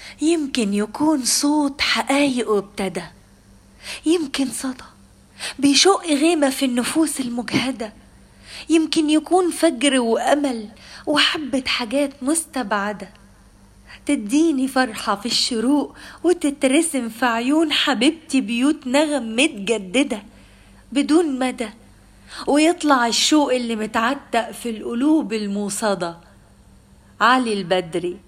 يمكن يكون صوت حقايق وابتدى، يمكن صدى بيشق غيمة في النفوس المجهدة، يمكن يكون فجر وأمل وحبة حاجات مستبعدة تديني فرحة في الشروق وتترسم في عيون حبيبتي بيوت نغم متجددة بدون مدى، ويطلع الشوق اللي متعتق في القلوب الموصدة. علي البدري